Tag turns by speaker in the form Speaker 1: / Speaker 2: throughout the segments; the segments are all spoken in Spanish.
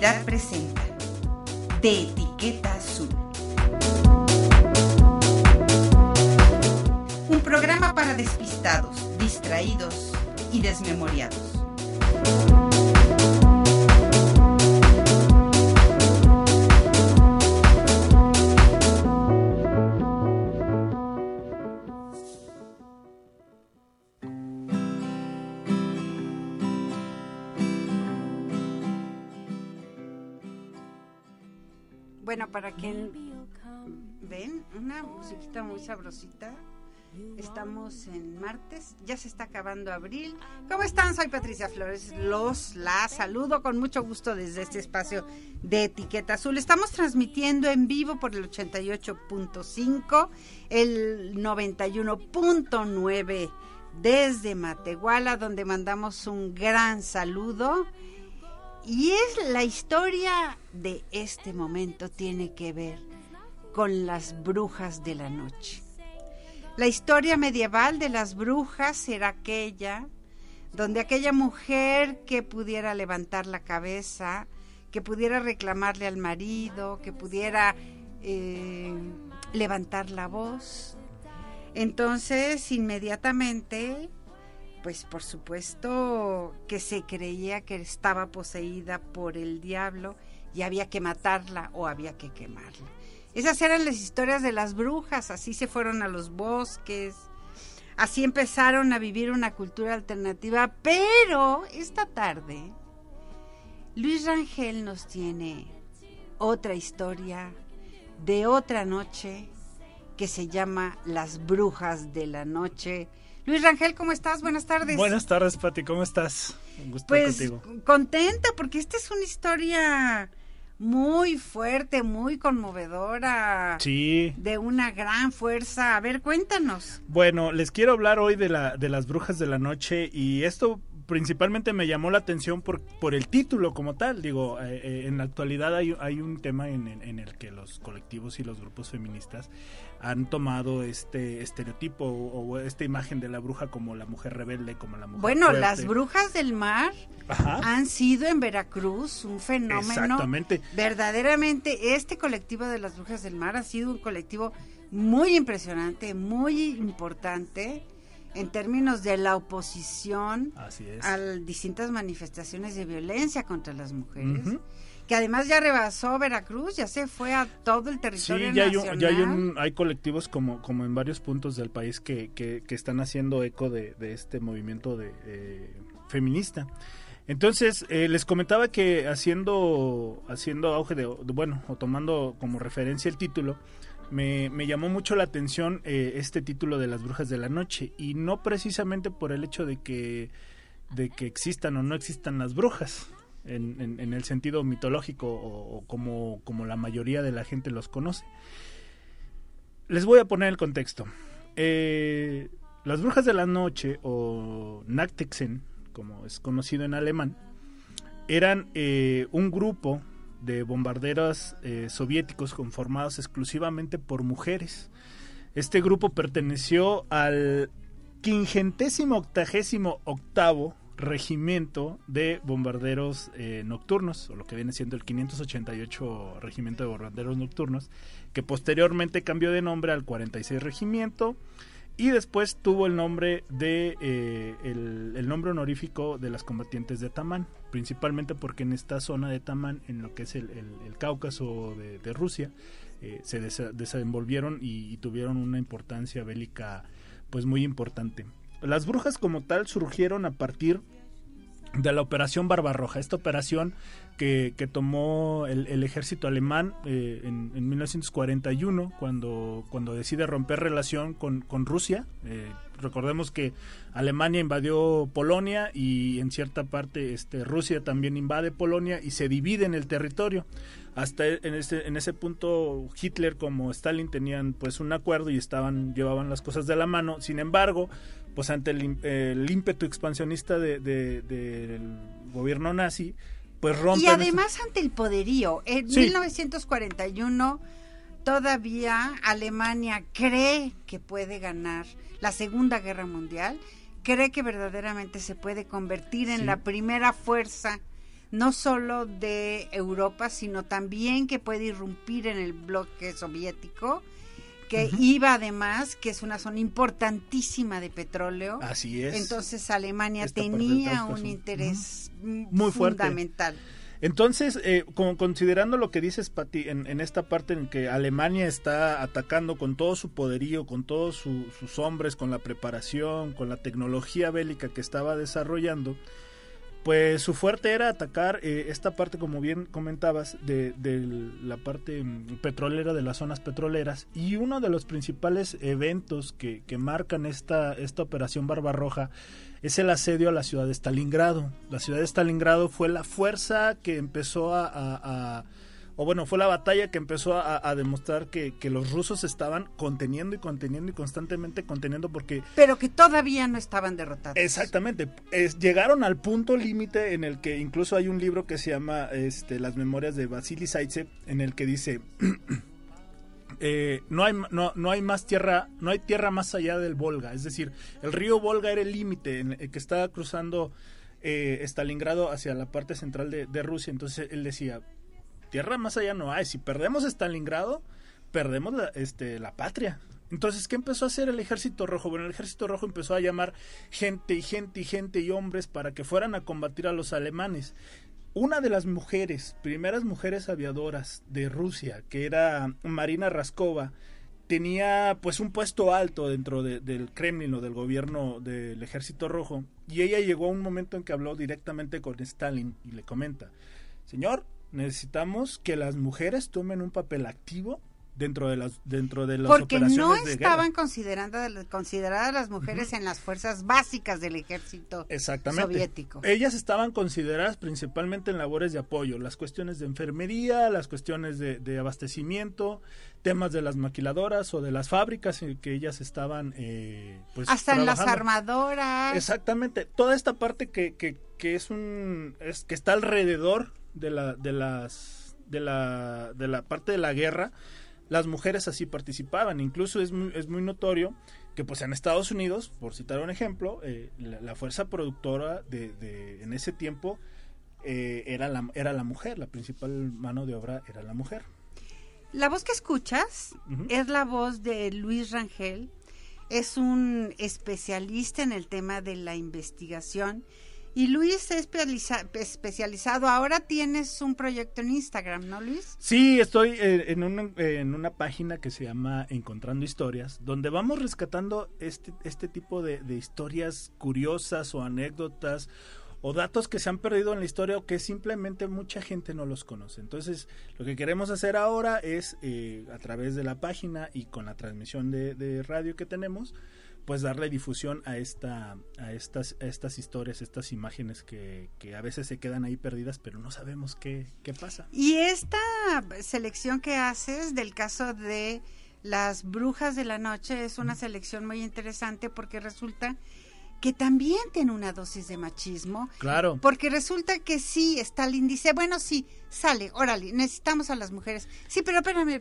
Speaker 1: Publicidad presenta De Etiqueta Azul, un programa para despistados, distraídos y desmemoriados. Bueno, para quien ven, una musiquita muy sabrosita. Estamos en martes, ya se está acabando abril. ¿Cómo están? Soy Patricia Flores, la saludo con mucho gusto desde este espacio de Etiqueta Azul. Estamos transmitiendo en vivo por el 88.5, el 91.9 desde Matehuala, donde mandamos un gran saludo. Y es la historia de este momento, tiene que ver con las brujas de la noche. La historia medieval de las brujas era aquella donde aquella mujer que pudiera levantar la cabeza, que pudiera reclamarle al marido, que pudiera levantar la voz, entonces inmediatamente, pues por supuesto que se creía que estaba poseída por el diablo y había que matarla o había que quemarla. Esas eran las historias de las brujas, así se fueron a los bosques, así empezaron a vivir una cultura alternativa, pero esta tarde Luis Rangel nos tiene otra historia de otra noche que se llama Las Brujas de la Noche. Luis Rangel, ¿cómo estás? Buenas tardes.
Speaker 2: Buenas tardes, Pati, ¿cómo estás? Un gusto
Speaker 1: estar
Speaker 2: contigo.
Speaker 1: Contenta porque esta es una historia muy fuerte, muy conmovedora.
Speaker 2: Sí.
Speaker 1: De una gran fuerza. A ver, cuéntanos.
Speaker 2: Bueno, les quiero hablar hoy de las brujas de la noche, y esto principalmente me llamó la atención por el título como tal. Digo, en la actualidad hay un tema en el que los colectivos y los grupos feministas han tomado este estereotipo o esta imagen de la bruja como la mujer rebelde, como la mujer fuerte.
Speaker 1: Las brujas del mar, ajá, han sido en Veracruz un fenómeno.
Speaker 2: Exactamente.
Speaker 1: Verdaderamente, este colectivo de las brujas del mar ha sido un colectivo muy impresionante, muy importante en términos de la oposición a distintas manifestaciones de violencia contra las mujeres. Uh-huh. Que además ya rebasó Veracruz, ya se fue a todo el territorio nacional.
Speaker 2: Hay colectivos como en varios puntos del país que están haciendo eco de este movimiento feminista. Entonces, les comentaba que haciendo auge o tomando como referencia el título, me llamó mucho la atención este título de Las Brujas de la Noche, y no precisamente por el hecho de que existan o no existan las brujas, en el sentido mitológico o como la mayoría de la gente los conoce. Les voy a poner el contexto. Las Brujas de la Noche, o Nachthexen, como es conocido en alemán, eran un grupo de bombarderos soviéticos conformados exclusivamente por mujeres. Este grupo perteneció al 588º regimiento de bombarderos nocturnos, o lo que viene siendo el 588 regimiento de bombarderos nocturnos, que posteriormente cambió de nombre al 46 regimiento, y después tuvo el nombre de el nombre honorífico de las combatientes de Tamán, principalmente porque en esta zona de Tamán, en lo que es el Cáucaso de Rusia, se desenvolvieron y tuvieron una importancia bélica pues muy importante. Las brujas como tal surgieron a partir de la Operación Barbarroja, esta operación que tomó el ejército alemán en 1941, cuando decide romper relación con Rusia. Recordemos que Alemania invadió Polonia, y en cierta parte Rusia también invade Polonia y se divide en el territorio. Hasta en ese punto Hitler como Stalin tenían pues un acuerdo y llevaban las cosas de la mano. Sin embargo, pues ante el ímpetu expansionista del gobierno nazi, pues rompen.
Speaker 1: Y además ante el poderío. En 1941 todavía Alemania cree que puede ganar la Segunda Guerra Mundial, cree que verdaderamente se puede convertir en la primera fuerza no solo de Europa, sino también que puede irrumpir en el bloque soviético, que iba además, que es una zona importantísima de petróleo.
Speaker 2: Así es.
Speaker 1: Entonces Alemania tenía un interés
Speaker 2: muy
Speaker 1: fundamental.
Speaker 2: Fuerte. Entonces, considerando lo que dices, Pati, en esta parte en que Alemania está atacando con todo su poderío, con todos sus hombres, con la preparación, con la tecnología bélica que estaba desarrollando, pues su fuerte era atacar esta parte, como bien comentabas, de la parte petrolera, de las zonas petroleras, y uno de los principales eventos que marcan esta operación Barbarroja es el asedio a la ciudad de Stalingrado. La ciudad de Stalingrado fue la fuerza que empezó fue la batalla que empezó a demostrar que los rusos estaban conteniendo y constantemente conteniendo, porque...
Speaker 1: Pero que todavía no estaban derrotados.
Speaker 2: Exactamente. Llegaron al punto límite en el que incluso hay un libro que se llama Las memorias de Vasily Zaitsev, en el que dice... no hay más tierra, no hay tierra más allá del Volga, es decir, el río Volga era el límite en el que estaba cruzando Stalingrado hacia la parte central de Rusia. Entonces él decía, tierra más allá no hay, si perdemos Stalingrado, perdemos la patria. Entonces, ¿qué empezó a hacer el Ejército Rojo? Bueno, el Ejército Rojo empezó a llamar gente y hombres para que fueran a combatir a los alemanes. Una de las primeras mujeres aviadoras de Rusia, que era Marina Raskova, tenía pues un puesto alto dentro del Kremlin o del gobierno del Ejército Rojo, y ella llegó a un momento en que habló directamente con Stalin y le comenta, señor, necesitamos que las mujeres tomen un papel activo dentro de las
Speaker 1: porque
Speaker 2: operaciones
Speaker 1: no
Speaker 2: de
Speaker 1: estaban
Speaker 2: guerra.
Speaker 1: consideradas las mujeres en las fuerzas básicas del ejército soviético.
Speaker 2: Ellas estaban consideradas principalmente en labores de apoyo, las cuestiones de enfermería, las cuestiones de abastecimiento, temas de las maquiladoras o de las fábricas en que ellas estaban pues
Speaker 1: hasta trabajando. En las armadoras.
Speaker 2: Exactamente, toda esta parte que está alrededor de la parte de la guerra. Las mujeres así participaban, incluso es muy notorio que pues en Estados Unidos, por citar un ejemplo, la fuerza productora en ese tiempo era la mujer, la principal mano de obra era la mujer.
Speaker 1: La voz que escuchas es la voz de Luis Rangel, es un especialista en el tema de la investigación. Y Luis es especializado. Ahora tienes un proyecto en Instagram, ¿no, Luis?
Speaker 2: Sí, estoy en una página que se llama Encontrando Historias, donde vamos rescatando este tipo de historias curiosas o anécdotas o datos que se han perdido en la historia o que simplemente mucha gente no los conoce. Entonces, lo que queremos hacer ahora es, a través de la página y con la transmisión de radio que tenemos, pues darle difusión a estas historias, estas imágenes que a veces se quedan ahí perdidas, pero no sabemos qué pasa.
Speaker 1: Y esta selección que haces del caso de las brujas de la noche es una selección muy interesante, porque resulta que también tiene una dosis de machismo.
Speaker 2: Claro.
Speaker 1: Porque resulta que sí, Stalin dice, bueno, sí, sale, órale, necesitamos a las mujeres. Sí, pero espérame.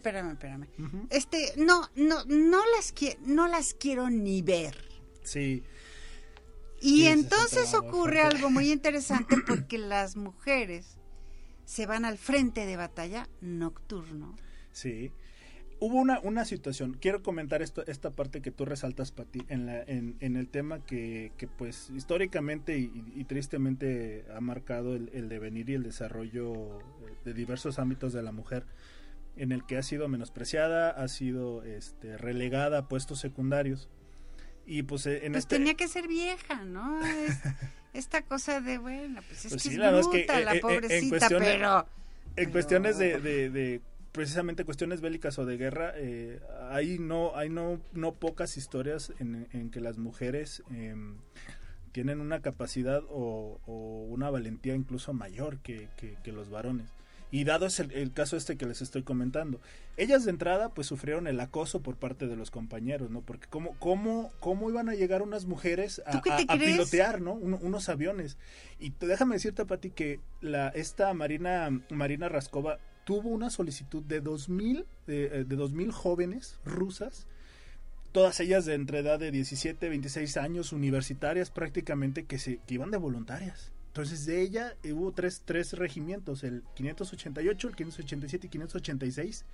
Speaker 1: No las quiero ni ver.
Speaker 2: Sí.
Speaker 1: Y
Speaker 2: sí,
Speaker 1: entonces ocurre algo muy interesante, porque las mujeres se van al frente de batalla nocturno.
Speaker 2: Sí. Hubo una situación, quiero comentar esta parte que tú resaltas, Pati, en el tema que pues históricamente y tristemente ha marcado el devenir y el desarrollo de diversos ámbitos de la mujer, en el que ha sido menospreciada, ha sido relegada a puestos secundarios. Y pues
Speaker 1: tenía que ser vieja, ¿no? Esta cosa de, bueno, pues es
Speaker 2: sí,
Speaker 1: que es bruta la pobrecita, pero...
Speaker 2: En cuestiones de precisamente cuestiones bélicas o de guerra, hay no pocas historias en que las mujeres tienen una capacidad o una valentía incluso mayor que los varones. Y dado es el caso que les estoy comentando, ellas de entrada pues sufrieron el acoso por parte de los compañeros, ¿no? Porque cómo iban a llegar unas mujeres a pilotear, ¿no? Unos aviones. Y déjame decirte, Pati, que esta Marina Raskova tuvo una solicitud de 2,000 jóvenes rusas, todas ellas de entre edad de 17, 26 años, universitarias prácticamente, que iban de voluntarias. Entonces de ella hubo tres regimientos, el 588, el 587 y 586,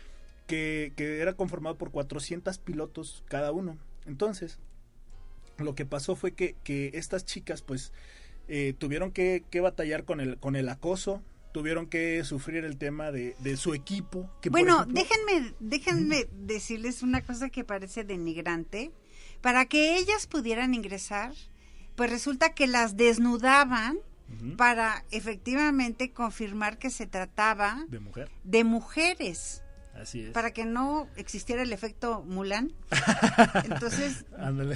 Speaker 2: que era conformado por 400 pilotos cada uno. Entonces, lo que pasó fue que estas chicas pues tuvieron que batallar con el acoso, tuvieron que sufrir el tema de su equipo. Que,
Speaker 1: bueno,
Speaker 2: por ejemplo,
Speaker 1: déjenme decirles una cosa que parece denigrante. Para que ellas pudieran ingresar, pues resulta que las desnudaban para efectivamente confirmar que se trataba de mujeres.
Speaker 2: Así es.
Speaker 1: Para que no existiera el efecto Mulan. Entonces,
Speaker 2: ándale.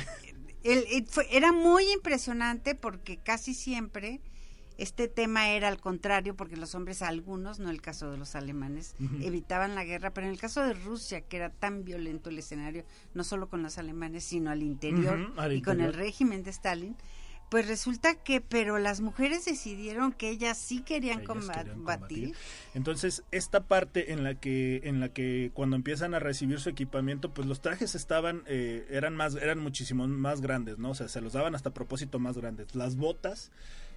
Speaker 1: Era muy impresionante porque casi siempre este tema era al contrario, porque los hombres, algunos, no el caso de los alemanes, evitaban la guerra, pero en el caso de Rusia, que era tan violento el escenario, no solo con los alemanes, sino al interior, con el régimen de Stalin, pues resulta que, pero las mujeres decidieron que ellas sí querían combatir.
Speaker 2: Entonces, esta parte en la que cuando empiezan a recibir su equipamiento, pues los trajes eran muchísimo más grandes, ¿no? O sea, se los daban hasta a propósito más grandes. Las botas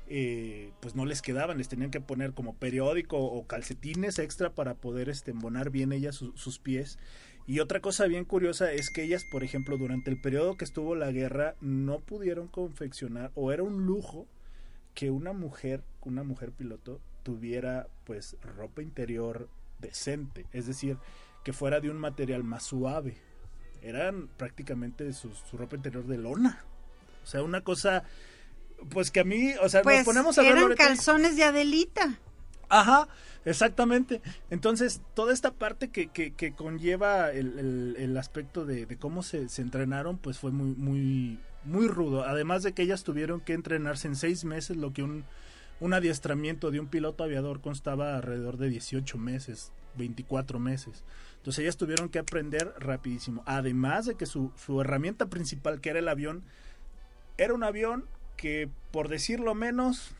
Speaker 2: pues no les quedaban, les tenían que poner como periódico o calcetines extra para poder embonar bien ellas sus pies. Y otra cosa bien curiosa es que ellas, por ejemplo, durante el periodo que estuvo la guerra, no pudieron confeccionar, o era un lujo que una mujer piloto tuviera pues ropa interior decente, es decir, que fuera de un material más suave. Eran prácticamente su ropa interior de lona. O sea, una cosa pues que a mí, o sea,
Speaker 1: pues
Speaker 2: nos ponemos a ver
Speaker 1: eran calzones de Adelita.
Speaker 2: Ajá, exactamente. Entonces, toda esta parte que conlleva el aspecto de cómo se entrenaron, pues fue muy rudo. Además de que ellas tuvieron que entrenarse en 6 meses, lo que un adiestramiento de un piloto aviador constaba alrededor de 18 meses, 24 meses. Entonces, ellas tuvieron que aprender rapidísimo. Además de que su herramienta principal, que era el avión, era un avión que, por decirlo menos,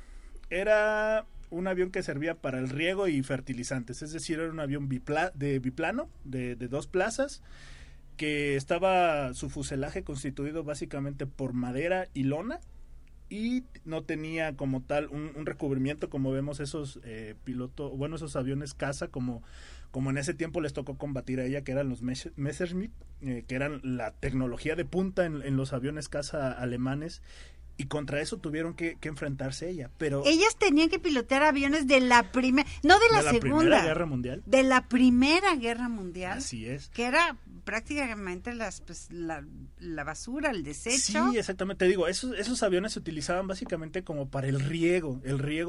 Speaker 2: era un avión que servía para el riego y fertilizantes, es decir, era un avión biplano, de 2 plazas, que estaba su fuselaje constituido básicamente por madera y lona, y no tenía como tal un recubrimiento como vemos esos esos aviones caza, como en ese tiempo les tocó combatir a ella, que eran los Messerschmitt, que eran la tecnología de punta en los aviones caza alemanes. Y contra eso tuvieron que enfrentarse ella, pero
Speaker 1: ellas tenían que pilotear aviones de la primera, no de la segunda,
Speaker 2: Primera Guerra Mundial,
Speaker 1: de la Primera Guerra Mundial.
Speaker 2: Así es.
Speaker 1: Que era prácticamente la basura, el desecho.
Speaker 2: Sí, exactamente. Te digo, esos aviones se utilizaban básicamente como para el riego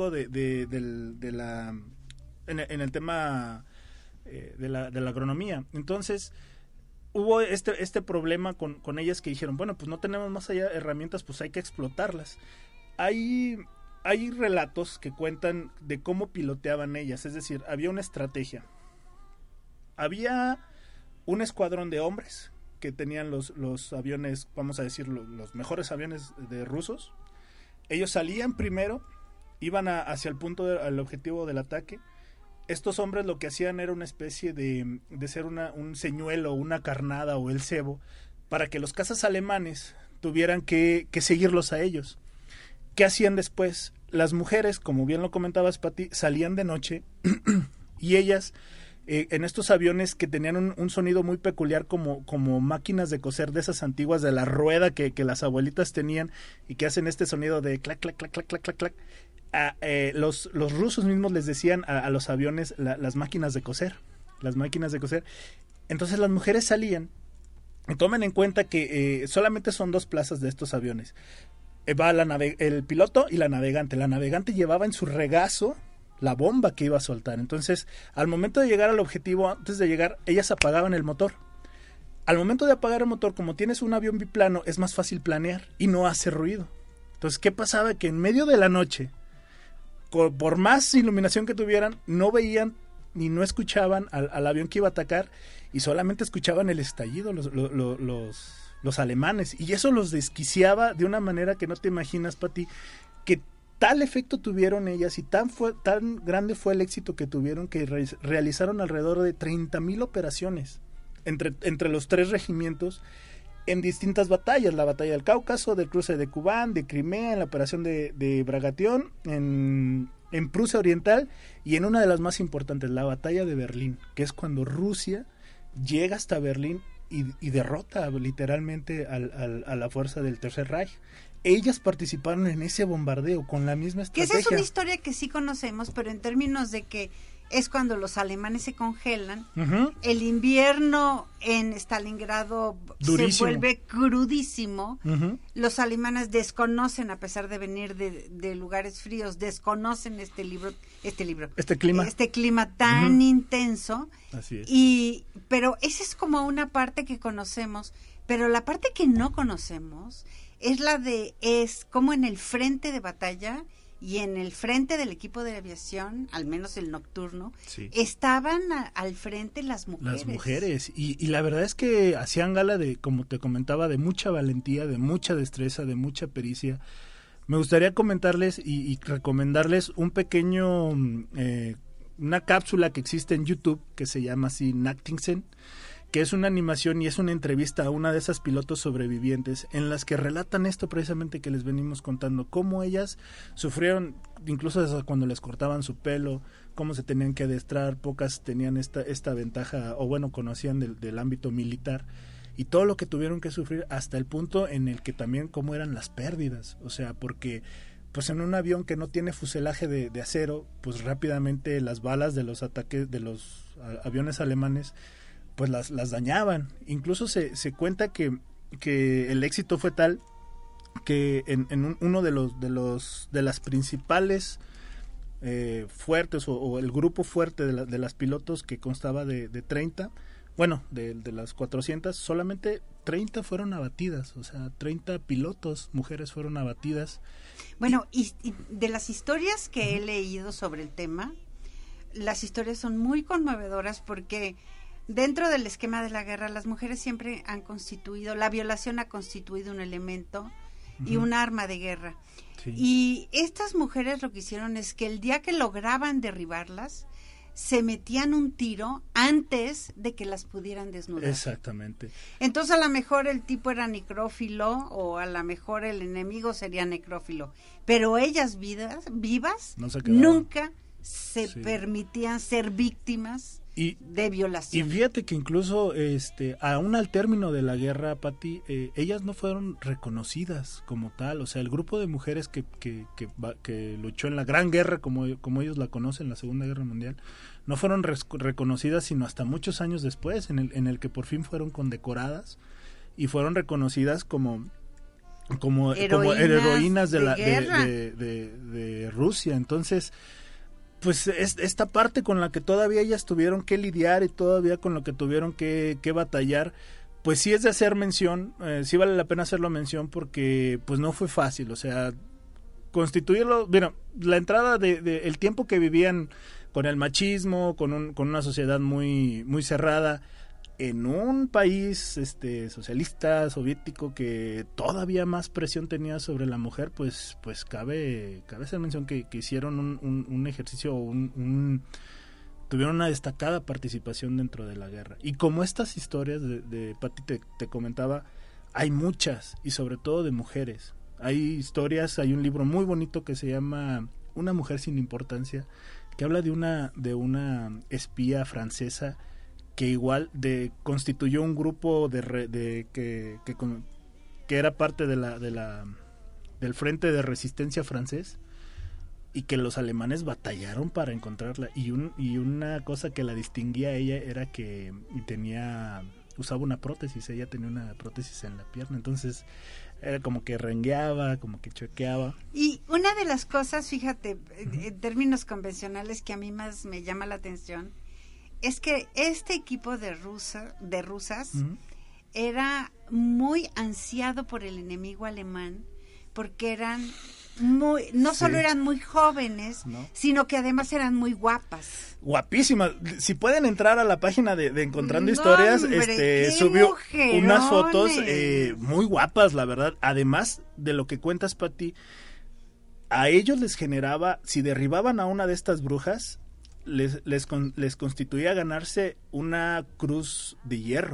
Speaker 2: de la en el tema de la agronomía. Entonces hubo este problema con ellas, que dijeron, bueno, pues no tenemos más allá herramientas, pues hay que explotarlas. Hay relatos que cuentan de cómo piloteaban ellas, es decir, había una estrategia. Había un escuadrón de hombres que tenían los aviones, vamos a decir, los mejores aviones de rusos. Ellos salían primero, iban hacia el punto al objetivo del ataque. Estos hombres lo que hacían era una especie de ser un señuelo, una carnada o el cebo, para que los cazas alemanes tuvieran que seguirlos a ellos. ¿Qué hacían después? Las mujeres, como bien lo comentabas, Pati, salían de noche y ellas, en estos aviones que tenían un sonido muy peculiar, como máquinas de coser de esas antiguas de la rueda que las abuelitas tenían, y que hacen este sonido de clac, clac, clac, clac, clac, clac, clac. Los rusos mismos les decían a los aviones las máquinas de coser. Entonces las mujeres salían, y tomen en cuenta que solamente son 2 plazas de estos aviones. Va el piloto y la navegante. La navegante llevaba en su regazo la bomba que iba a soltar. Entonces, al momento de llegar al objetivo, antes de llegar, ellas apagaban el motor. Al momento de apagar el motor, como tienes un avión biplano, es más fácil planear y no hace ruido. Entonces, ¿qué pasaba? Que en medio de la noche, por más iluminación que tuvieran, no veían ni no escuchaban al avión que iba a atacar, y solamente escuchaban el estallido los alemanes, y eso los desquiciaba de una manera que no te imaginas, Pati, que tal efecto tuvieron ellas y tan grande fue el éxito que tuvieron, que realizaron alrededor de 30,000 operaciones entre los 3 regimientos en distintas batallas, la batalla del Cáucaso, del cruce de Kubán, de Crimea, en la operación de Bagration, en Prusia Oriental, y en una de las más importantes, la batalla de Berlín, que es cuando Rusia llega hasta Berlín y derrota literalmente a la fuerza del Tercer Reich. Ellas participaron en ese bombardeo con la misma estrategia.
Speaker 1: Que esa es una historia que sí conocemos, pero en términos de que es cuando los alemanes se congelan, el invierno en Stalingrado durísimo, se vuelve crudísimo, los alemanes desconocen, a pesar de venir de lugares fríos, desconocen este clima tan intenso.
Speaker 2: Así es.
Speaker 1: Pero esa es como una parte que conocemos, pero la parte que no conocemos es como en el frente de batalla y en el frente del equipo de aviación, al menos el nocturno, sí, estaban al frente las mujeres.
Speaker 2: Las mujeres, y la verdad es que hacían gala de, como te comentaba, de mucha valentía, de mucha destreza, de mucha pericia. Me gustaría comentarles y recomendarles un pequeño, una cápsula que existe en YouTube, que se llama así Nachtingen, que es una animación y es una entrevista a una de esas pilotos sobrevivientes en las que relatan esto precisamente que les venimos contando, cómo ellas sufrieron, incluso desde cuando les cortaban su pelo, cómo se tenían que adiestrar, pocas tenían esta ventaja, o bueno, conocían del ámbito militar, y todo lo que tuvieron que sufrir hasta el punto en el que también cómo eran las pérdidas, o sea, porque pues en un avión que no tiene fuselaje de acero, pues rápidamente las balas de los ataques de los aviones alemanes pues las dañaban. Incluso se cuenta que el éxito fue tal que en uno de las principales fuertes o el grupo fuerte de las pilotos, que constaba de 30, bueno, de las 400, solamente 30 fueron abatidas, o sea, 30 pilotos mujeres fueron abatidas.
Speaker 1: Bueno, y de las historias que he leído sobre el tema, las historias son muy conmovedoras porque dentro del esquema de la guerra, las mujeres siempre han constituido, la violación ha constituido un elemento y un arma de guerra. Sí. Y estas mujeres lo que hicieron es que el día que lograban derribarlas, se metían un tiro antes de que las pudieran desnudar.
Speaker 2: Exactamente.
Speaker 1: Entonces a lo mejor el tipo era necrófilo o a lo mejor el enemigo sería necrófilo, pero ellas vivas
Speaker 2: no
Speaker 1: nunca se permitían ser víctimas de violación.
Speaker 2: Y fíjate que incluso aún al término de la guerra, Pati, ellas no fueron reconocidas como tal, o sea, el grupo de mujeres que luchó en la Gran Guerra, como ellos la conocen, la Segunda Guerra Mundial, no fueron reconocidas sino hasta muchos años después, en el que por fin fueron condecoradas y fueron reconocidas como heroínas de Rusia. Entonces, pues esta parte con la que todavía ellas tuvieron que lidiar y todavía con lo que tuvieron que batallar, pues sí es de hacer mención, sí vale la pena hacerlo mención porque pues no fue fácil, o sea, constituirlo, bueno, la entrada de el tiempo que vivían con el machismo, con una sociedad muy muy cerrada, en un país socialista, soviético, que todavía más presión tenía sobre la mujer, pues cabe hacer mención que hicieron un ejercicio, tuvieron una destacada participación dentro de la guerra. Y como estas historias de Pati te comentaba, hay muchas, y sobre todo de mujeres. Hay historias, hay un libro muy bonito que se llama Una mujer sin importancia, que habla de una espía francesa que igual constituyó un grupo que era parte del frente de resistencia francés y que los alemanes batallaron para encontrarla, y una cosa que la distinguía a ella era que usaba una prótesis, ella tenía una prótesis en la pierna, entonces era como que rengueaba, como que choqueaba.
Speaker 1: Y una de las cosas, fíjate, en términos convencionales que a mí más me llama la atención, es que este equipo de rusas era muy ansiado por el enemigo alemán, porque eran no solo eran muy jóvenes, sino que además eran muy guapas.
Speaker 2: Guapísimas. Si pueden entrar a la página de Encontrando Historias, subió unas fotos muy guapas, la verdad. Además de lo que cuentas, Pati, a ellos les generaba, si derribaban a una de estas brujas, les constituía ganarse una cruz de hierro.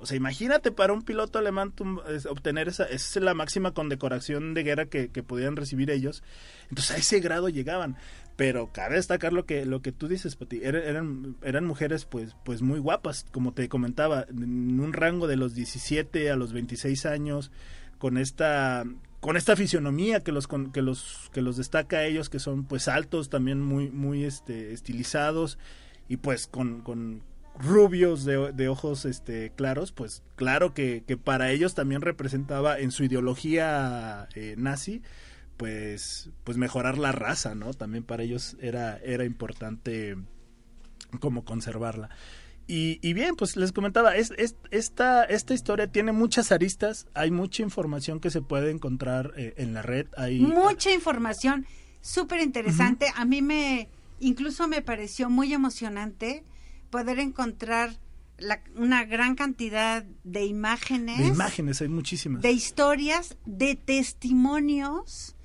Speaker 2: O sea, imagínate para un piloto alemán obtener esa es la máxima condecoración de guerra que podían recibir ellos. Entonces a ese grado llegaban. Pero cabe destacar lo que tú dices, Pati, eran mujeres pues muy guapas, como te comentaba, en un rango de los 17 a los 26 años, con esta fisionomía que los destaca a ellos, que son pues altos, también muy estilizados, y pues con rubios de ojos claros, pues claro que para ellos también representaba en su ideología nazi, pues mejorar la raza, ¿no? También para ellos era importante como conservarla. Y bien, pues les comentaba, esta historia tiene muchas aristas, hay mucha información que se puede encontrar en la red. Hay
Speaker 1: mucha información, súper interesante. A mí incluso me pareció muy emocionante poder encontrar una gran cantidad de imágenes.
Speaker 2: De imágenes, hay muchísimas.
Speaker 1: De historias, de testimonios.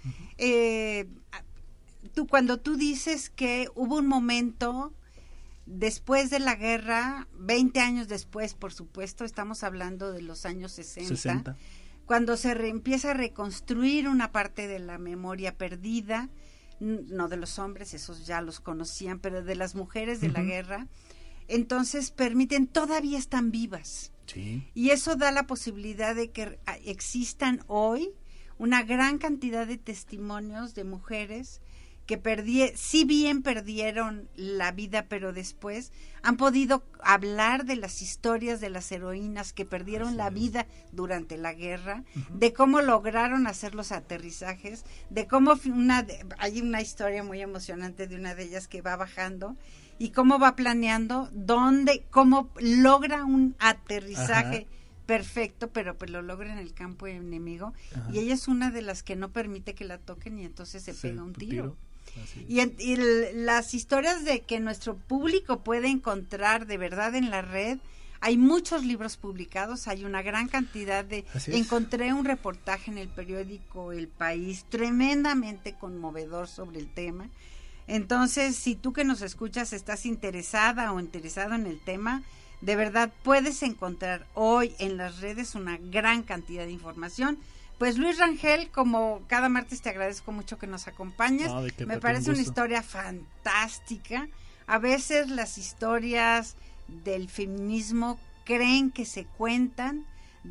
Speaker 1: Cuando tú dices que hubo un momento después de la guerra, 20 años después, por supuesto, estamos hablando de los años 60. Cuando se empieza a reconstruir una parte de la memoria perdida, no de los hombres, esos ya los conocían, pero de las mujeres de la guerra, entonces todavía están vivas.
Speaker 2: Sí.
Speaker 1: Y eso da la posibilidad de que existan hoy una gran cantidad de testimonios de mujeres que si bien perdieron la vida, pero después han podido hablar de las historias de las heroínas que perdieron la vida durante la guerra, de cómo lograron hacer los aterrizajes, de cómo hay una historia muy emocionante de una de ellas que va bajando y cómo va planeando cómo logra un aterrizaje perfecto, pero pues lo logra en el campo enemigo. Y ella es una de las que no permite que la toquen y entonces se pega un tiro. Y las historias de que nuestro público puede encontrar de verdad en la red, hay muchos libros publicados, hay una gran cantidad encontré un reportaje en el periódico El País tremendamente conmovedor sobre el tema. Entonces, si tú que nos escuchas estás interesada o interesado en el tema, de verdad puedes encontrar hoy en las redes una gran cantidad de información. Pues Luis Rangel, como cada martes te agradezco mucho que nos acompañes. Me parece una historia fantástica. A veces las historias del feminismo creen que se cuentan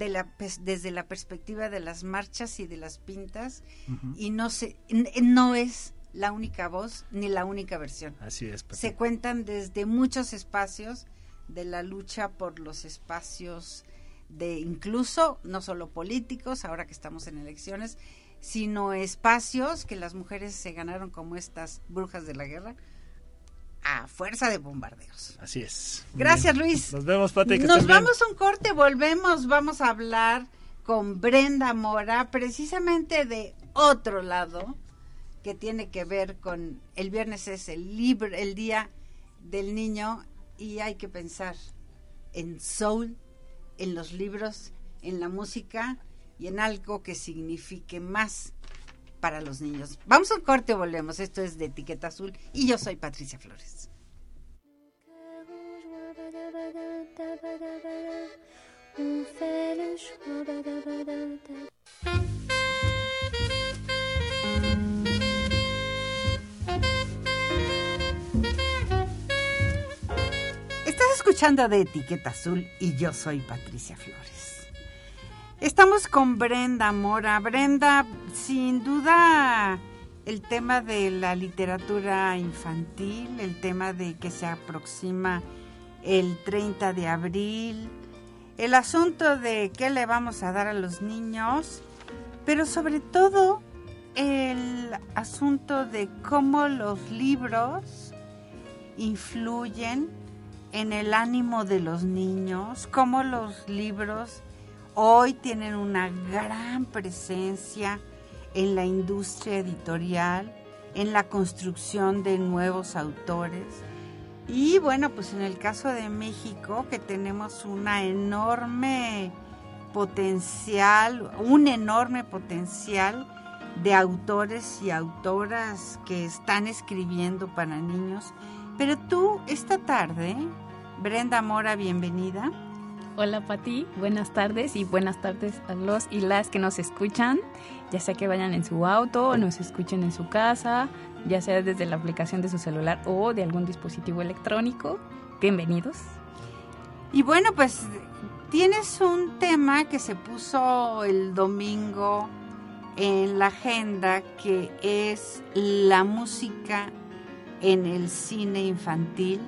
Speaker 1: desde la perspectiva de las marchas y de las pintas, y no es la única voz ni la única versión.
Speaker 2: Así es, Pati.
Speaker 1: Se cuentan desde muchos espacios de la lucha por los espacios de incluso, no solo políticos, ahora que estamos en elecciones, sino espacios que las mujeres se ganaron como estas brujas de la guerra a fuerza de bombardeos.
Speaker 2: Así es.
Speaker 1: Gracias, Luis.
Speaker 2: Nos vemos, Pati.
Speaker 1: Nos vamos a un corte, volvemos, vamos a hablar con Brenda Mora, precisamente de otro lado, que tiene que ver con el viernes es el Día del Niño, y hay que pensar en soul, en los libros, en la música y en algo que signifique más para los niños. Vamos a un corte, volvemos. Esto es de Etiqueta Azul y yo soy Patricia Flores. Estás escuchando de Etiqueta Azul y yo soy Patricia Flores. Estamos con Brenda Mora. Brenda, sin duda, el tema de la literatura infantil, el tema de que se aproxima el 30 de abril, el asunto de qué le vamos a dar a los niños, pero sobre todo el asunto de cómo los libros influyen en el ánimo de los niños, cómo los libros hoy tienen una gran presencia en la industria editorial, en la construcción de nuevos autores. Y bueno, pues en el caso de México, que tenemos un enorme potencial de autores y autoras que están escribiendo para niños. Pero tú, esta tarde, Brenda Mora, bienvenida.
Speaker 3: Hola Pati, buenas tardes y buenas tardes a los y las que nos escuchan, ya sea que vayan en su auto o nos escuchen en su casa, ya sea desde la aplicación de su celular o de algún dispositivo electrónico. Bienvenidos.
Speaker 1: Y bueno, pues tienes un tema que se puso el domingo en la agenda, que es la música en el cine infantil.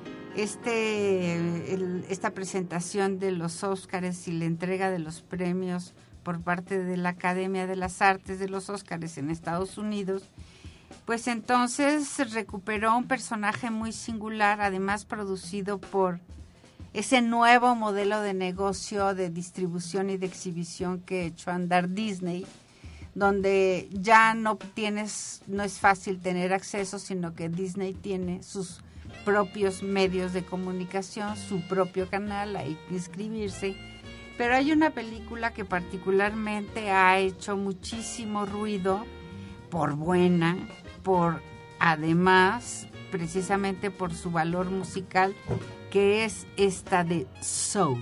Speaker 1: Esta presentación de los Óscares y la entrega de los premios por parte de la Academia de las Artes de los Óscares en Estados Unidos, pues entonces recuperó un personaje muy singular, además producido por ese nuevo modelo de negocio, de distribución y de exhibición que echó a andar Disney, donde ya no es fácil tener acceso, sino que Disney tiene sus propios medios de comunicación, su propio canal, hay que inscribirse. Pero hay una película que particularmente ha hecho muchísimo ruido, por buena, además, precisamente por su valor musical, que es esta de Soul.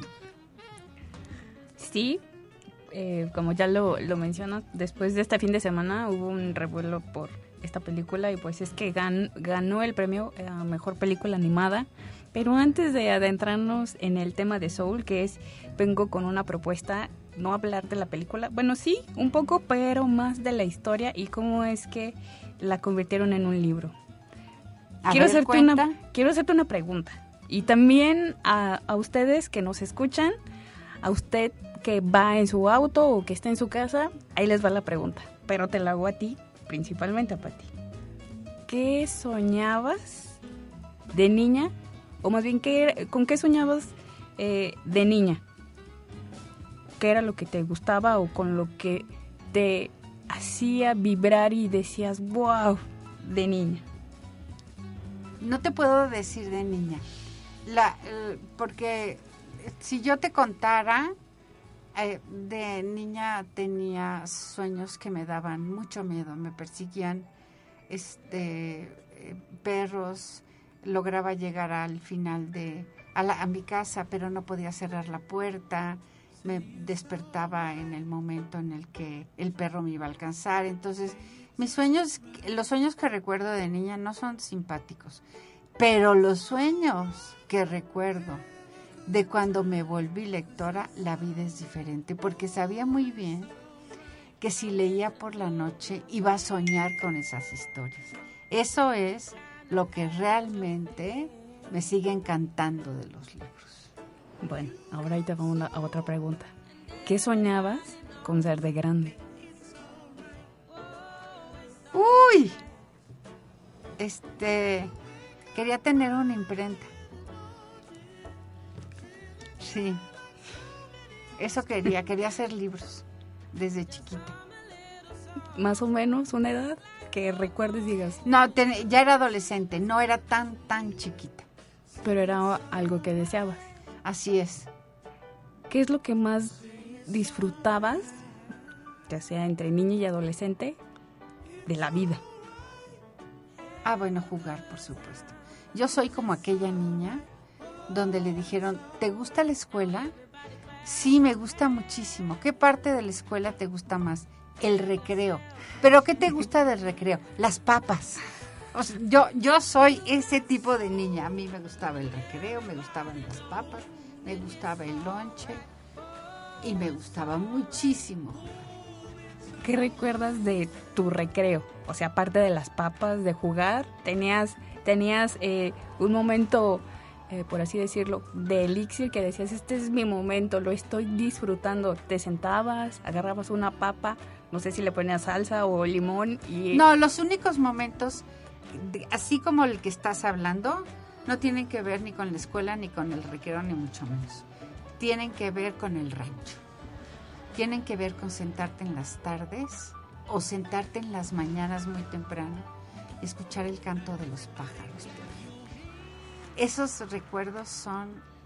Speaker 3: Sí, como ya lo mencionas, después de este fin de semana hubo un revuelo por esta película y pues es que ganó el premio a Mejor Película Animada. Pero antes de adentrarnos en el tema de Soul, vengo con una propuesta, no hablar de la película, bueno sí, un poco, pero más de la historia y cómo es que la convirtieron en un libro. Quiero hacerte una pregunta, y también a ustedes que nos escuchan, a usted que va en su auto o que está en su casa, ahí les va la pregunta, pero te la hago a ti, principalmente a Pati. ¿Qué soñabas de niña? O más bien, ¿con qué soñabas de niña? ¿Qué era lo que te gustaba o con lo que te hacía vibrar y decías, wow, de niña?
Speaker 1: No te puedo decir de niña, porque si yo te contara, de niña tenía sueños que me daban mucho miedo, me persiguían perros, lograba llegar al final a mi casa, pero no podía cerrar la puerta, me despertaba en el momento en el que el perro me iba a alcanzar. Entonces, los sueños que recuerdo de niña no son simpáticos, pero los sueños que recuerdo de cuando me volví lectora, la vida es diferente, porque sabía muy bien que si leía por la noche iba a soñar con esas historias. Eso es lo que realmente me sigue encantando de los libros.
Speaker 3: Bueno, ahora ahí te va a otra pregunta. ¿Qué soñabas con ser de grande?
Speaker 1: ¡Uy! Quería tener una imprenta. Sí, eso quería hacer libros desde chiquita.
Speaker 3: Más o menos una edad que recuerdes, digas.
Speaker 1: No, ya era adolescente, no era tan chiquita.
Speaker 3: Pero era algo que deseabas.
Speaker 1: Así es.
Speaker 3: ¿Qué es lo que más disfrutabas, ya sea entre niña y adolescente, de la vida?
Speaker 1: Bueno, jugar, por supuesto. Yo soy como aquella niña donde le dijeron, ¿te gusta la escuela? Sí, me gusta muchísimo. ¿Qué parte de la escuela te gusta más? El recreo. ¿Pero qué te gusta del recreo? Las papas. O sea, yo soy ese tipo de niña. A mí me gustaba el recreo, me gustaban las papas, me gustaba el lonche y me gustaba muchísimo.
Speaker 3: ¿Qué recuerdas de tu recreo? O sea, aparte de las papas, de jugar, tenías un momento, por así decirlo, de elixir que decías, este es mi momento, lo estoy disfrutando. Te sentabas, agarrabas una papa, no sé si le ponías salsa o limón y...
Speaker 1: No, los únicos momentos, así como el que estás hablando, no tienen que ver ni con la escuela, ni con el recreo, ni mucho menos. Tienen que ver con el rancho. Tienen que ver con sentarte en las tardes o sentarte en las mañanas muy temprano y escuchar el canto de los pájaros, por ejemplo. Esos recuerdos son...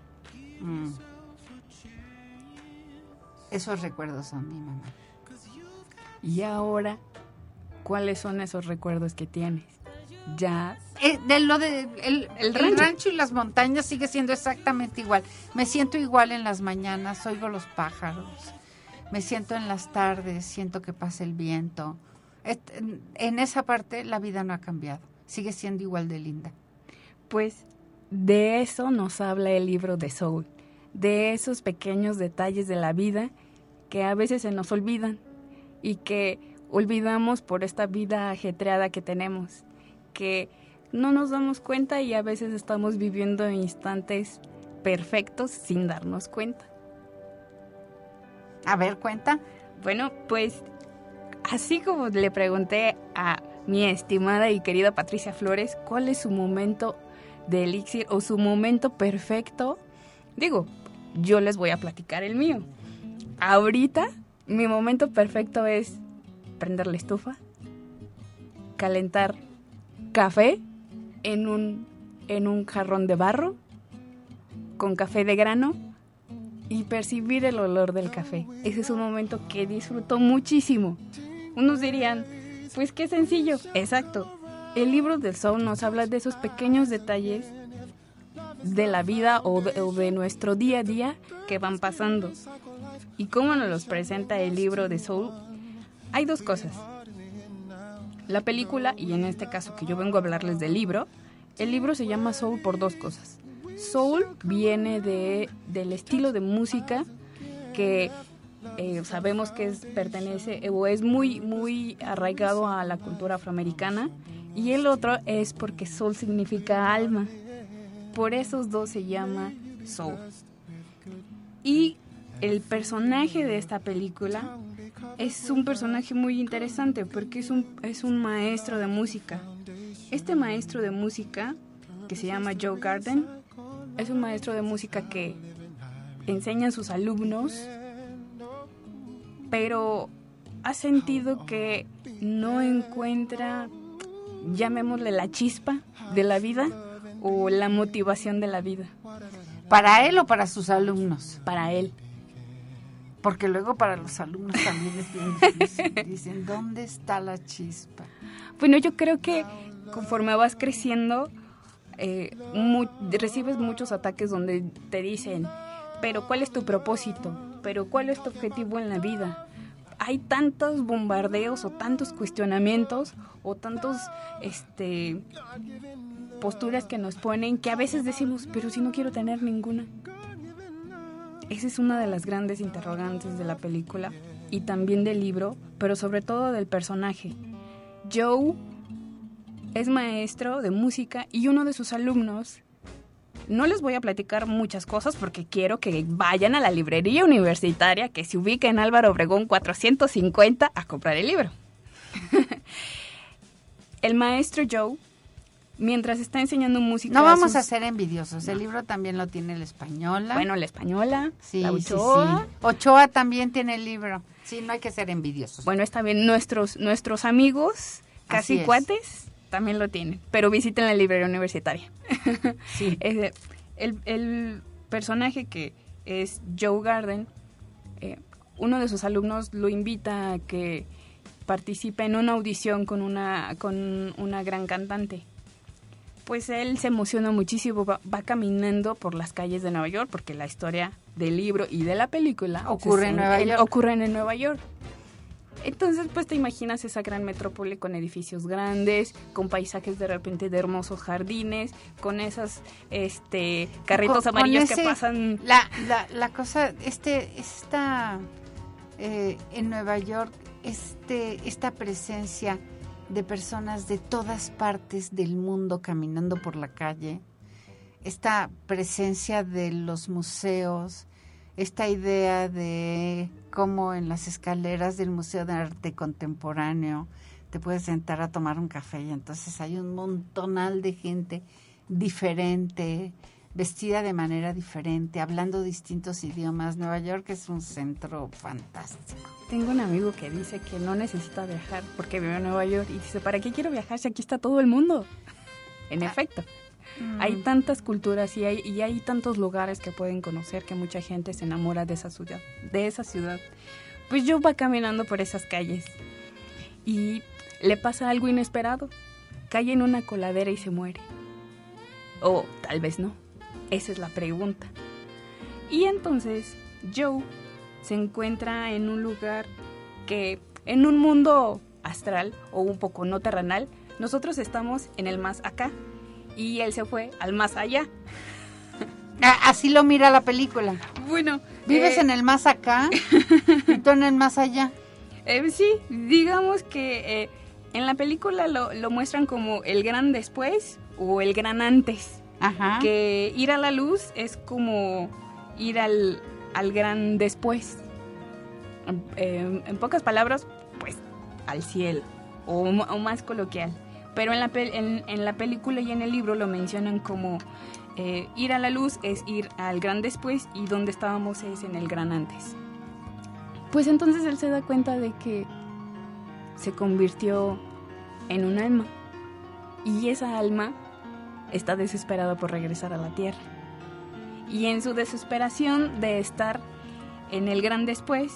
Speaker 1: esos recuerdos son mi mamá.
Speaker 3: Y ahora, ¿cuáles son esos recuerdos que tienes? Ya
Speaker 1: el rancho y las montañas sigue siendo exactamente igual. Me siento igual en las mañanas, oigo los pájaros, me siento en las tardes, siento que pasa el viento. En esa parte la vida no ha cambiado, sigue siendo igual de linda.
Speaker 3: Pues de eso nos habla el libro de Soul, de esos pequeños detalles de la vida que a veces se nos olvidan y que olvidamos por esta vida ajetreada que tenemos, que no nos damos cuenta y a veces estamos viviendo instantes perfectos sin darnos cuenta.
Speaker 1: A ver, cuenta.
Speaker 3: Bueno, pues así como le pregunté a mi estimada y querida Patricia Flores cuál es su momento de elixir o su momento perfecto, digo, yo les voy a platicar el mío. Ahorita mi momento perfecto es prender la estufa, calentar café en un jarrón de barro con café de grano y percibir el olor del café. Ese es un momento que disfruto muchísimo. Unos dirían, pues qué sencillo. Exacto. El libro del Soul nos habla de esos pequeños detalles de la vida o de nuestro día a día que van pasando. ¿Y cómo nos los presenta el libro de Soul? Hay dos cosas. La película, y en este caso que yo vengo a hablarles del libro, el libro se llama Soul por dos cosas. Soul viene del estilo de música que sabemos que pertenece o es muy, muy arraigado a la cultura afroamericana, y el otro es porque soul significa alma. Por esos dos se llama Soul. Y el personaje de esta película es un personaje muy interesante porque es un maestro de música. Este maestro de música, que se llama Joe Garden, es un maestro de música que enseña a sus alumnos, pero ha sentido que no encuentra, llamémosle, la chispa de la vida o la motivación de la vida.
Speaker 1: ¿Para él o para sus alumnos?
Speaker 3: Para él.
Speaker 1: Porque luego para los alumnos también es bien difícil. Dicen, ¿dónde está la chispa?
Speaker 3: Bueno, yo creo que conforme vas creciendo, recibes muchos ataques donde te dicen, pero ¿cuál es tu propósito? ¿Pero cuál es tu objetivo en la vida? Hay tantos bombardeos o tantos cuestionamientos o tantos posturas que nos ponen que a veces decimos, pero si no quiero tener ninguna. Esa es una de las grandes interrogantes de la película y también del libro, pero sobre todo del personaje. Joe es maestro de música y uno de sus alumnos, no les voy a platicar muchas cosas porque quiero que vayan a la librería universitaria que se ubica en Álvaro Obregón 450 a comprar el libro. El maestro Joe, mientras está enseñando música...
Speaker 1: No vamos a ser envidiosos, el libro también lo tiene la Española.
Speaker 3: Bueno, la Española,
Speaker 1: sí,
Speaker 3: la Ochoa.
Speaker 1: Sí. Ochoa también tiene el libro. Sí, no hay que ser envidiosos.
Speaker 3: Bueno, está bien, nuestros amigos, casi cuates, también lo tienen, pero visiten la librería universitaria.
Speaker 1: Sí.
Speaker 3: El personaje que es Joe Garden, uno de sus alumnos lo invita a que participe en una audición con una gran cantante. Pues él se emociona muchísimo, va caminando por las calles de Nueva York, porque la historia del libro y de la película
Speaker 1: ocurren
Speaker 3: en Nueva York. Entonces, pues te imaginas esa gran metrópoli con edificios grandes, con paisajes de repente de hermosos jardines, con esas carritos amarillos que pasan.
Speaker 1: La cosa, en Nueva York, esta presencia de personas de todas partes del mundo caminando por la calle, esta presencia de los museos, esta idea de cómo en las escaleras del Museo de Arte Contemporáneo te puedes sentar a tomar un café y entonces hay un montonal de gente diferente, vestida de manera diferente, hablando distintos idiomas. Nueva York es un centro fantástico.
Speaker 3: Tengo un amigo que dice que no necesita viajar porque vive en Nueva York y dice, ¿para qué quiero viajar si aquí está todo el mundo? En efecto, hay tantas culturas y hay tantos lugares que pueden conocer que mucha gente se enamora de esa ciudad. Pues yo va caminando por esas calles y le pasa algo inesperado. cae en una coladera y se muere. O tal vez no. Esa es la pregunta. Y entonces Joe se encuentra en un lugar que, en un mundo astral o un poco no terrenal, nosotros estamos en el más acá y él se fue al más allá.
Speaker 1: Así lo mira la película.
Speaker 3: Bueno,
Speaker 1: vives en el más acá y tú en el más allá.
Speaker 3: Sí, digamos que en la película lo muestran como el gran después o el gran antes.
Speaker 1: Ajá.
Speaker 3: Que ir a la luz es como ir al gran después. En pocas palabras, pues al cielo o más coloquial. Pero en la película y en el libro lo mencionan como ir a la luz es ir al gran después y donde estábamos es en el gran antes. Pues entonces él se da cuenta de que se convirtió en un alma y esa alma está desesperada por regresar a la tierra. Y en su desesperación de estar en el gran después,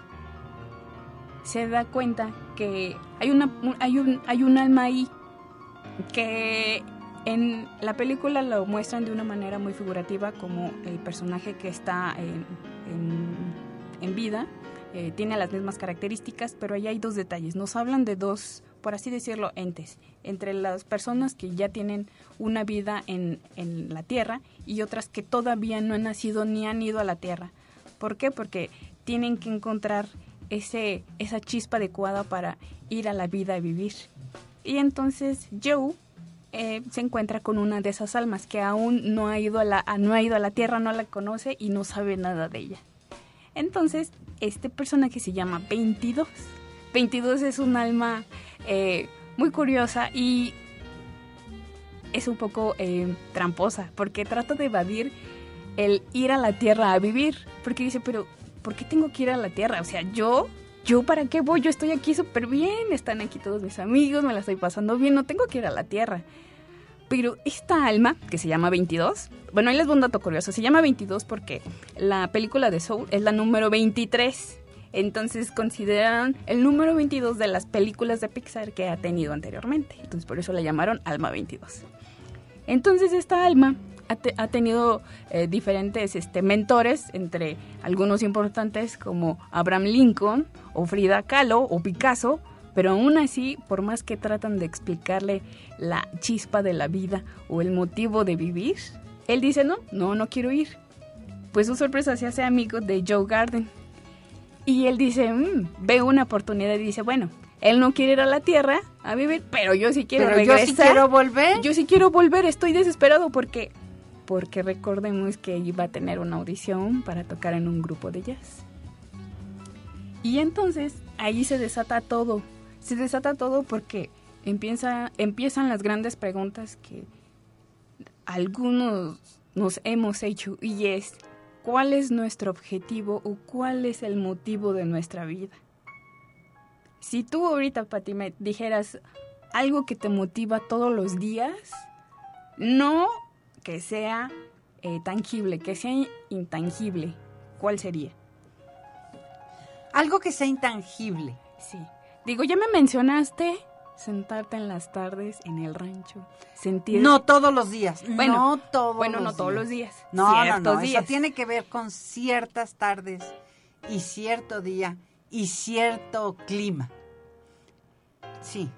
Speaker 3: se da cuenta que hay un alma ahí que en la película lo muestran de una manera muy figurativa, como el personaje que está en vida tiene las mismas características, pero ahí hay dos detalles. Nos hablan de dos, por así decirlo, entes, entre las personas que ya tienen una vida en la Tierra y otras que todavía no han nacido ni han ido a la Tierra. ¿Por qué? Porque tienen que encontrar esa chispa adecuada para ir a la vida y vivir. Y entonces Joe se encuentra con una de esas almas que aún no ha ido a la Tierra, no la conoce y no sabe nada de ella. Entonces, este personaje se llama 22. 22 es un alma muy curiosa y es un poco tramposa, porque trata de evadir el ir a la Tierra a vivir, porque dice, pero ¿por qué tengo que ir a la Tierra? O sea, ¿yo para qué voy? Yo estoy aquí súper bien, están aquí todos mis amigos, me la estoy pasando bien, no tengo que ir a la Tierra. Pero esta alma, que se llama 22, bueno, ahí les voy un dato curioso, se llama 22 porque la película de Soul es la número 23, entonces consideran el número 22 de las películas de Pixar que ha tenido anteriormente, entonces por eso la llamaron Alma 22. Entonces esta alma ha tenido diferentes mentores, entre algunos importantes como Abraham Lincoln o Frida Kahlo o Picasso, pero aún así, por más que tratan de explicarle la chispa de la vida o el motivo de vivir, él dice no quiero ir. Pues su sorpresa se hace amigo de Joe Garden. Y él dice, ve una oportunidad y dice, bueno, él no quiere ir a la Tierra a vivir, pero yo sí quiero regresar.
Speaker 1: Yo sí quiero volver.
Speaker 3: Yo sí quiero volver, estoy desesperado porque recordemos que iba a tener una audición para tocar en un grupo de jazz. Y entonces ahí se desata todo. Se desata todo porque empiezan las grandes preguntas que algunos nos hemos hecho, y es, ¿cuál es nuestro objetivo o cuál es el motivo de nuestra vida? Si tú ahorita, Pati, me dijeras algo que te motiva todos los días, no que sea tangible, que sea intangible, ¿cuál sería?
Speaker 1: Algo que sea intangible.
Speaker 3: Sí. Digo, ya me mencionaste sentarte en las tardes en el rancho, sentir...
Speaker 1: No todos los días.
Speaker 3: Bueno,
Speaker 1: no todos
Speaker 3: los días.
Speaker 1: No,
Speaker 3: días.
Speaker 1: Eso tiene que ver con ciertas tardes y cierto día y cierto clima. Sí.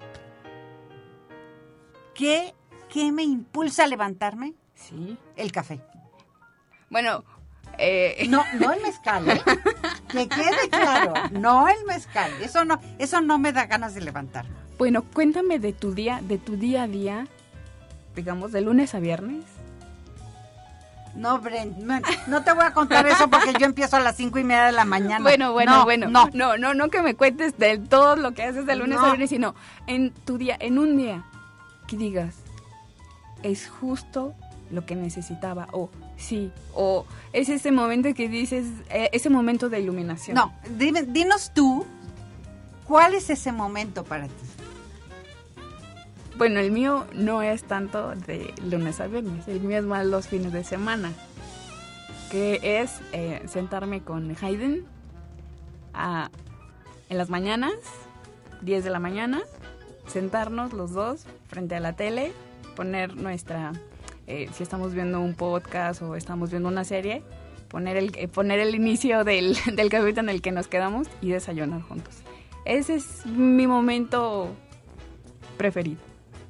Speaker 1: ¿Qué me impulsa a levantarme?
Speaker 3: Sí.
Speaker 1: El café.
Speaker 3: Bueno...
Speaker 1: No el mezcal, ¿eh? Que quede claro, no el mezcal. Eso no me da ganas de levantarme.
Speaker 3: Bueno, cuéntame de tu día a día, digamos, de lunes a viernes.
Speaker 1: No, Brent, no te voy a contar eso porque yo empiezo a las 5:30 de la mañana.
Speaker 3: Bueno. No que me cuentes de todo lo que haces de lunes a viernes, sino en un día, que digas, es justo lo que necesitaba, o sí, o es ese momento que dices, ese momento de iluminación.
Speaker 1: No, dinos tú, ¿cuál es ese momento para ti?
Speaker 3: Bueno, el mío no es tanto de lunes a viernes, el mío es más los fines de semana, que es sentarme con Hayden en las mañanas, 10 de la mañana, sentarnos los dos frente a la tele, poner nuestra, si estamos viendo un podcast o estamos viendo una serie, poner el inicio del capítulo en el que nos quedamos y desayunar juntos. Ese es mi momento preferido.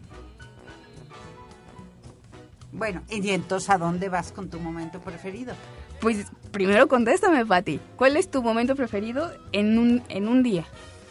Speaker 1: Bueno, y entonces, ¿a dónde vas con tu momento preferido?
Speaker 3: Pues primero contéstame, Pati. ¿Cuál es tu momento preferido en un día?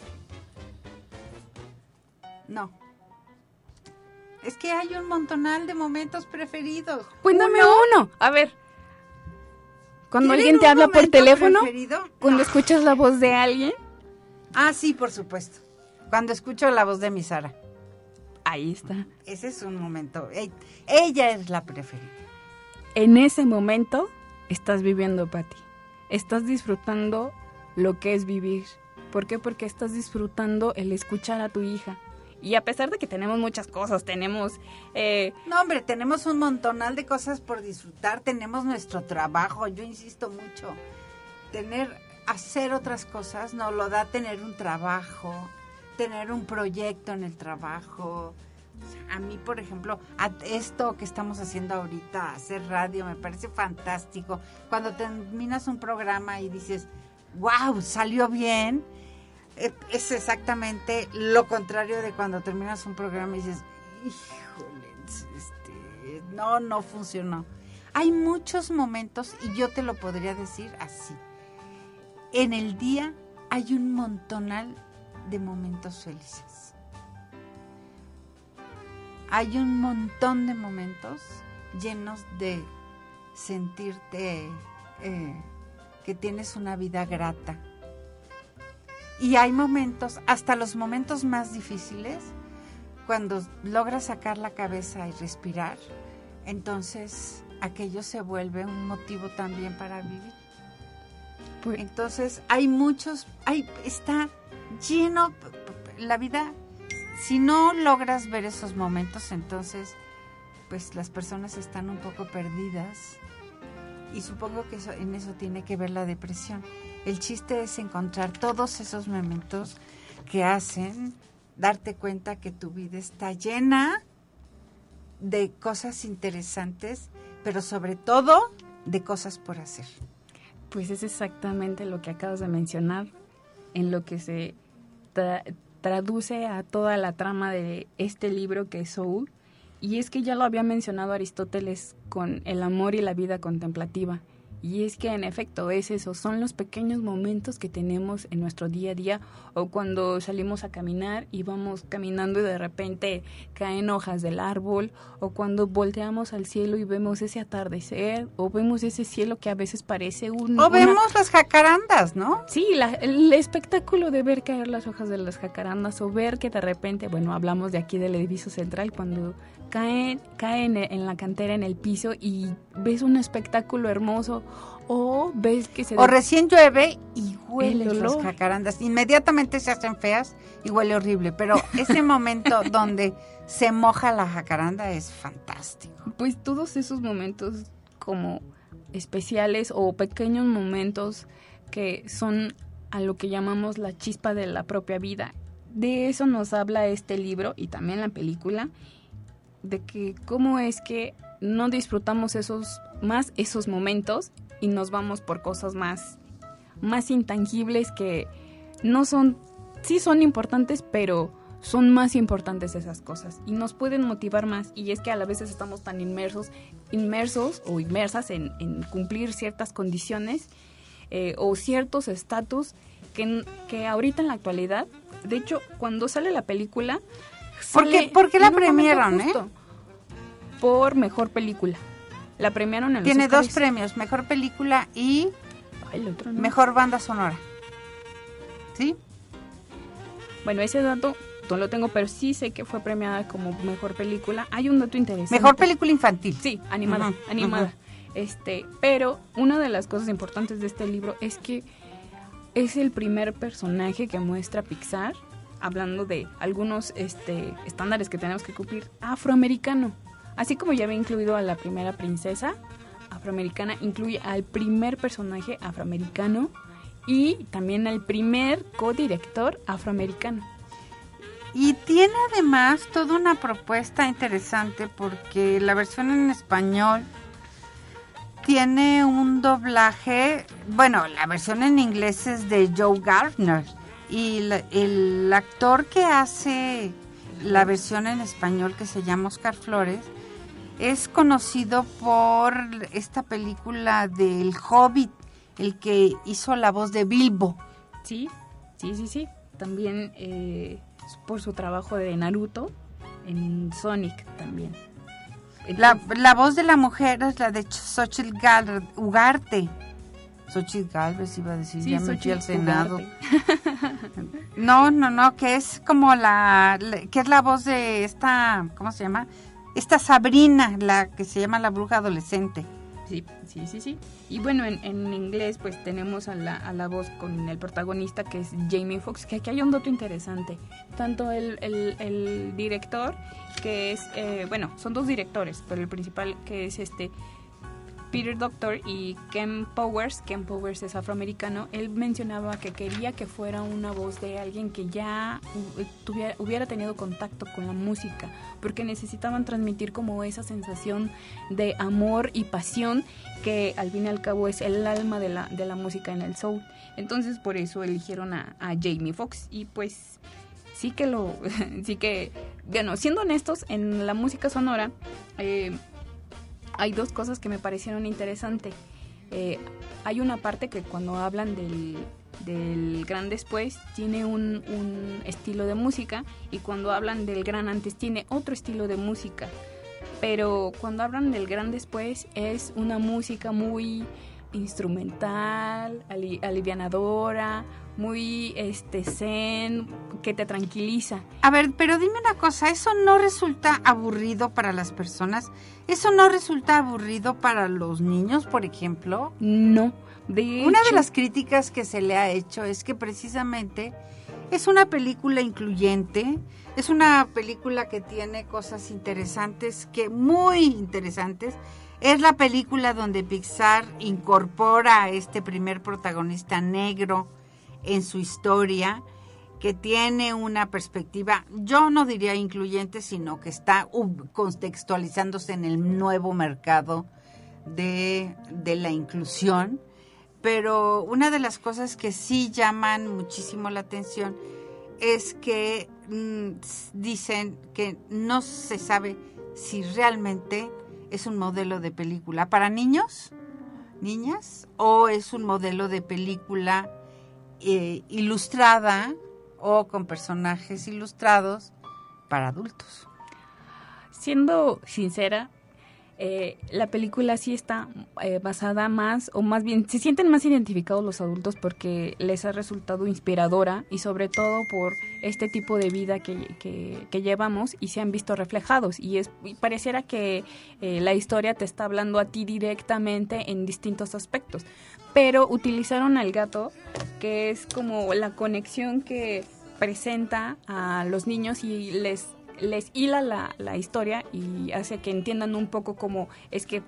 Speaker 1: No. Es que hay un montonal de momentos preferidos.
Speaker 3: Cuéntame uno. A ver. Cuando alguien te habla por teléfono, cuando escuchas la voz de alguien.
Speaker 1: Ah, sí, por supuesto. Cuando escucho la voz de mi Sara.
Speaker 3: Ahí está.
Speaker 1: Ese es un momento. Ella es la preferida.
Speaker 3: En ese momento estás viviendo, Pati. Estás disfrutando lo que es vivir. ¿Por qué? Porque estás disfrutando el escuchar a tu hija. Y a pesar de que tenemos muchas cosas, tenemos...
Speaker 1: No, hombre, tenemos un montonal de cosas por disfrutar. Tenemos nuestro trabajo. Yo insisto mucho. Hacer otras cosas nos lo da tener un trabajo, tener un proyecto en el trabajo. A mí, por ejemplo, esto que estamos haciendo ahorita, hacer radio, me parece fantástico. Cuando terminas un programa y dices, wow, salió bien, es exactamente lo contrario de cuando terminas un programa y dices, híjole, no funcionó. Hay muchos momentos, y yo te lo podría decir así. En el día hay un montonal de momentos felices. Hay un montón de momentos llenos de sentirte que tienes una vida grata. Y hay momentos, hasta los momentos más difíciles, cuando logras sacar la cabeza y respirar, entonces aquello se vuelve un motivo también para vivir. Entonces está lleno la vida. Si no logras ver esos momentos, entonces pues las personas están un poco perdidas, y supongo que en eso tiene que ver la depresión. El chiste es encontrar todos esos momentos que hacen darte cuenta que tu vida está llena de cosas interesantes, pero sobre todo de cosas por hacer.
Speaker 3: Pues es exactamente lo que acabas de mencionar, en lo que se traduce a toda la trama de este libro que es Soul. Y es que ya lo había mencionado Aristóteles con el amor y la vida contemplativa. Y es que en efecto es eso, son los pequeños momentos que tenemos en nuestro día a día, o cuando salimos a caminar y vamos caminando y de repente caen hojas del árbol, o cuando volteamos al cielo y vemos ese atardecer, o vemos ese cielo que a veces parece
Speaker 1: vemos las jacarandas, ¿no?
Speaker 3: Sí, el espectáculo de ver caer las hojas de las jacarandas, o ver que de repente, bueno, hablamos de aquí del edificio central, cuando caen en la cantera, en el piso, y ves un espectáculo hermoso, o ves que
Speaker 1: o recién llueve y huele las jacarandas, inmediatamente se hacen feas y huele horrible, pero ese momento donde se moja la jacaranda es fantástico.
Speaker 3: Pues todos esos momentos como especiales o pequeños momentos que son a lo que llamamos la chispa de la propia vida, de eso nos habla este libro y también la película, de que cómo es que no disfrutamos esos momentos y nos vamos por cosas más intangibles que no son, sí son importantes, pero son más importantes esas cosas y nos pueden motivar más. Y es que a la vez estamos tan inmersos o inmersas en cumplir ciertas condiciones o ciertos estatus que ahorita en la actualidad, de hecho, cuando sale la película...
Speaker 1: ¿Por qué la premiaron,
Speaker 3: Por mejor película. La premiaron en los
Speaker 1: Tiene
Speaker 3: Oscars.
Speaker 1: 2 premios, mejor película y
Speaker 3: el otro no.
Speaker 1: Mejor banda sonora. ¿Sí?
Speaker 3: Bueno, ese dato no lo tengo, pero sí sé que fue premiada como mejor película. Hay un dato interesante.
Speaker 1: Mejor película infantil.
Speaker 3: Sí, animada. Pero una de las cosas importantes de este libro es que es el primer personaje que muestra Pixar, hablando de algunos estándares que tenemos que cumplir, afroamericano. Así como ya había incluido a la primera princesa afroamericana, incluye al primer personaje afroamericano y también al primer codirector afroamericano.
Speaker 1: Y tiene además toda una propuesta interesante porque la versión en español tiene un doblaje, bueno, la versión en inglés es de Joe Gardner y el actor que hace la versión en español, que se llama Oscar Flores, es conocido por esta película del Hobbit, el que hizo la voz de Bilbo.
Speaker 3: Sí. También por su trabajo de Naruto en Sonic también.
Speaker 1: La voz de la mujer es la de Xochitl Ugarte. Xochitl Gálvez iba a decir, sí, ya me fui al Senado. No, que es como que es la voz de esta, ¿cómo se llama? Esta Sabrina, la que se llama la bruja adolescente.
Speaker 3: Sí. Y bueno, en inglés pues tenemos a la voz con el protagonista, que es Jamie Foxx, que aquí hay un dato interesante. Tanto el director, que es, son dos directores, pero el principal, que es Peter Docter, y Ken Powers es afroamericano. Él mencionaba que quería que fuera una voz de alguien que ya hubiera tenido contacto con la música, porque necesitaban transmitir como esa sensación de amor y pasión que al fin y al cabo es el alma de la música en el soul. Entonces por eso eligieron a Jamie Foxx. Y pues bueno, siendo honestos, en la música sonora hay dos cosas que me parecieron interesantes. Hay una parte que cuando hablan del gran después tiene un estilo de música, y cuando hablan del gran antes tiene otro estilo de música. Pero cuando hablan del gran después es una música muy instrumental, alivianadora, muy zen, que te tranquiliza.
Speaker 1: A ver, pero dime una cosa, ¿eso no resulta aburrido para las personas? ¿Eso no resulta aburrido para los niños, por ejemplo?
Speaker 3: No.
Speaker 1: Una de las críticas que se le ha hecho es que precisamente es una película incluyente, es una película que tiene cosas interesantes, muy interesantes. Es la película donde Pixar incorpora a este primer protagonista negro en su historia, que tiene una perspectiva, yo no diría incluyente, sino que está contextualizándose en el nuevo mercado de la inclusión. Pero una de las cosas que sí llaman muchísimo la atención es que dicen que no se sabe si realmente es un modelo de película para niños, niñas, o es un modelo de película ilustrada o con personajes ilustrados para adultos.
Speaker 3: Siendo sincera, la película sí está basada más, o más bien se sienten más identificados los adultos porque les ha resultado inspiradora, y sobre todo por este tipo de vida que llevamos, y se han visto reflejados, y pareciera que la historia te está hablando a ti directamente en distintos aspectos, pero utilizaron al gato, que es como la conexión que presenta a los niños y les hila la historia, y hace que entiendan un poco cómo es que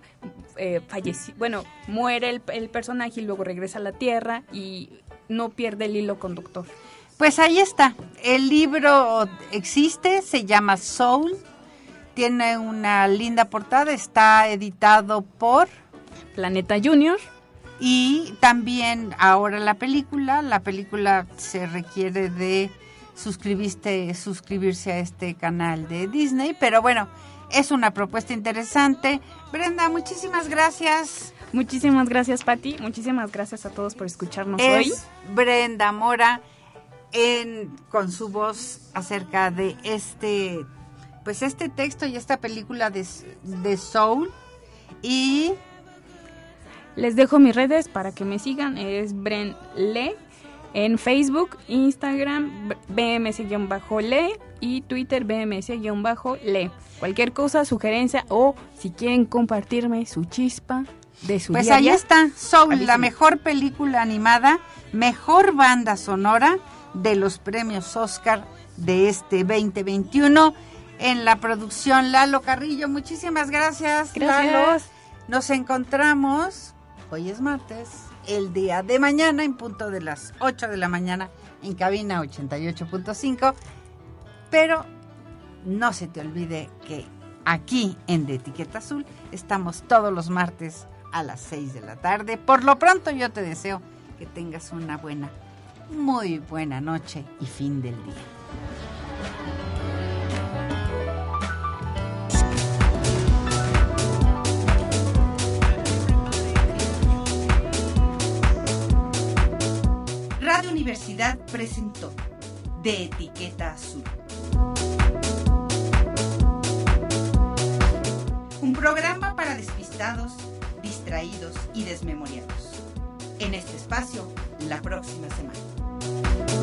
Speaker 3: muere el personaje y luego regresa a la tierra y no pierde el hilo conductor.
Speaker 1: Pues ahí está, el libro existe, se llama Soul, tiene una linda portada, está editado por
Speaker 3: Planeta Junior.
Speaker 1: Y también ahora la película se requiere de suscribirse a este canal de Disney, pero bueno, es una propuesta interesante. Brenda, muchísimas gracias.
Speaker 3: Muchísimas gracias, Pati. Muchísimas gracias a todos por escucharnos hoy.
Speaker 1: Brenda Mora con su voz acerca de este texto y esta película de Soul. Y
Speaker 3: les dejo mis redes para que me sigan. Es Bren Le en Facebook, Instagram, BMS-Le, y Twitter, BMS-Le. Cualquier cosa, sugerencia, o si quieren compartirme su chispa de su
Speaker 1: pues
Speaker 3: día a
Speaker 1: ahí
Speaker 3: día,
Speaker 1: está, Soul,
Speaker 3: avísenme.
Speaker 1: la mejor película animada, mejor banda sonora de los premios Oscar de este 2021. En la producción, Lalo Carrillo. Muchísimas gracias, Lalo. Nos encontramos, hoy es martes, el día de mañana en punto de las 8 de la mañana en cabina 88.5. Pero no se te olvide que aquí en De Etiqueta Azul estamos todos los martes a las 6 de la tarde. Por lo pronto yo te deseo que tengas una buena, muy buena noche y fin del día. Radio Universidad presentó De Etiqueta Azul. Un programa para despistados, distraídos y desmemoriados. En este espacio, la próxima semana.